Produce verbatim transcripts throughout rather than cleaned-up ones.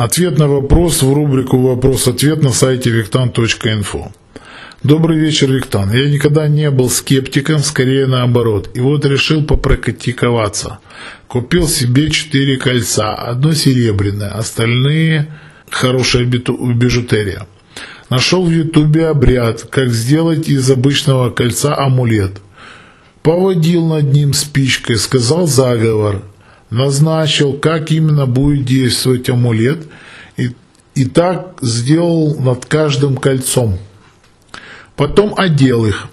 Ответ на вопрос в рубрику «Вопрос-ответ» на сайте виктан точка инфо. Добрый вечер, Виктан. Я никогда не был скептиком, скорее наоборот. И вот решил попрактиковаться. Купил себе четыре кольца. Одно серебряное, остальные хорошая бижутерия. Нашел в ютубе обряд, как сделать из обычного кольца амулет. Поводил над ним спичкой, сказал заговор. Назначил, как именно будет действовать амулет, и, и так сделал над каждым кольцом. Потом одел их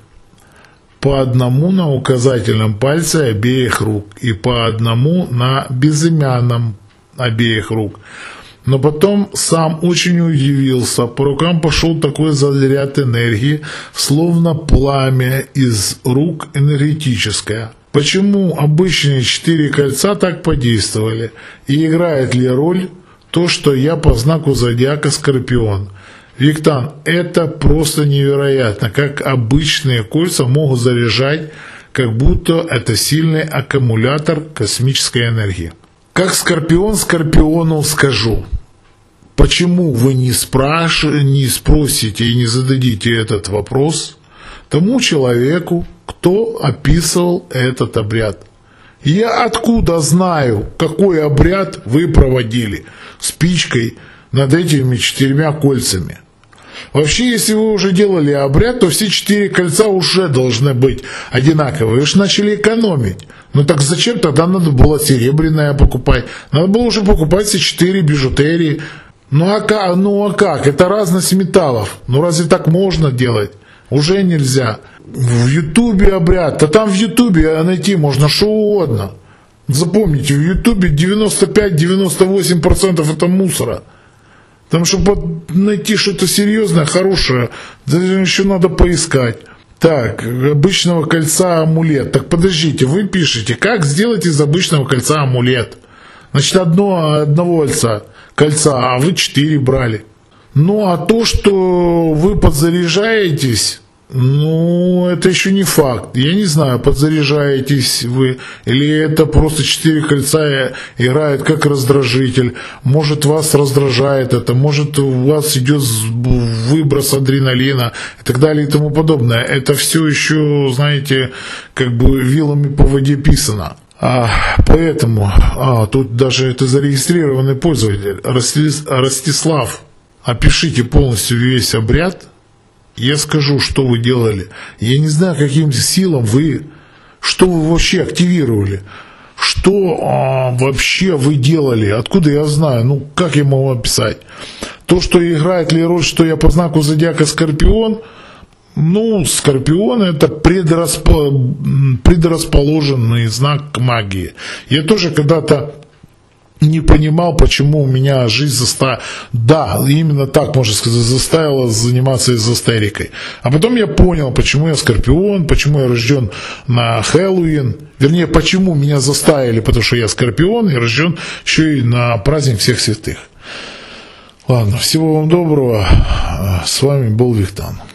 по одному на указательном пальце обеих рук и по одному на безымянном обеих рук. Но потом сам очень удивился, по рукам пошел такой заряд энергии, словно пламя из рук энергетическое. Почему обычные четыре кольца так подействовали? И играет ли роль то, что я по знаку зодиака Скорпион? Виктан, это просто невероятно, как обычные кольца могут заряжать, как будто это сильный аккумулятор космической энергии. Как Скорпион Скорпиону скажу. Почему вы не, спраш... не спросите и не зададите этот вопрос тому человеку, кто описывал этот обряд? Я откуда знаю, какой обряд вы проводили спичкой над этими четырьмя кольцами? Вообще, если вы уже делали обряд, то все четыре кольца уже должны быть одинаковые. Вы же начали экономить. Ну так зачем тогда надо было серебряное покупать? Надо было уже покупать все четыре бижутерии. Ну а как? Ну а как? Это разность металлов. Ну разве так можно делать? Уже нельзя. В ютубе обряд. Да там в ютубе найти можно что угодно. Запомните, в ютубе девяносто пять - девяносто восемь процентов это мусора. Там, чтобы найти что-то серьезное, хорошее, даже еще надо поискать. Так, обычного кольца амулет. Так подождите, вы пишете, как сделать из обычного кольца амулет? Значит, одно, одного кольца, кольца, а вы четыре брали. Ну, а то, что вы подзаряжаетесь, ну, это еще не факт. Я не знаю, подзаряжаетесь вы, или это просто четыре кольца играют как раздражитель. Может, вас раздражает это, может, у вас идет выброс адреналина и так далее и тому подобное. Это все еще, знаете, как бы вилами по воде писано. А, поэтому, а, тут даже это зарегистрированный пользователь, Ростислав, опишите полностью весь обряд. Я скажу, что вы делали. Я не знаю, каким силам вы, что вы вообще активировали. Что а, вообще вы делали? Откуда я знаю? Ну, как я могу описать? То, что играет ли роль, что я по знаку зодиака Скорпион, ну, Скорпион это предрасп... предрасположенный знак магии. Я тоже когда-то не понимал, почему у меня жизнь заставила, да, именно так можно сказать, заставила заниматься эзотерикой. А потом я понял, почему я Скорпион, почему я рожден на Хэллоуин. Вернее, почему меня заставили, потому что я Скорпион и рожден еще и на праздник всех святых. Ладно, всего вам доброго. С вами был Виктан.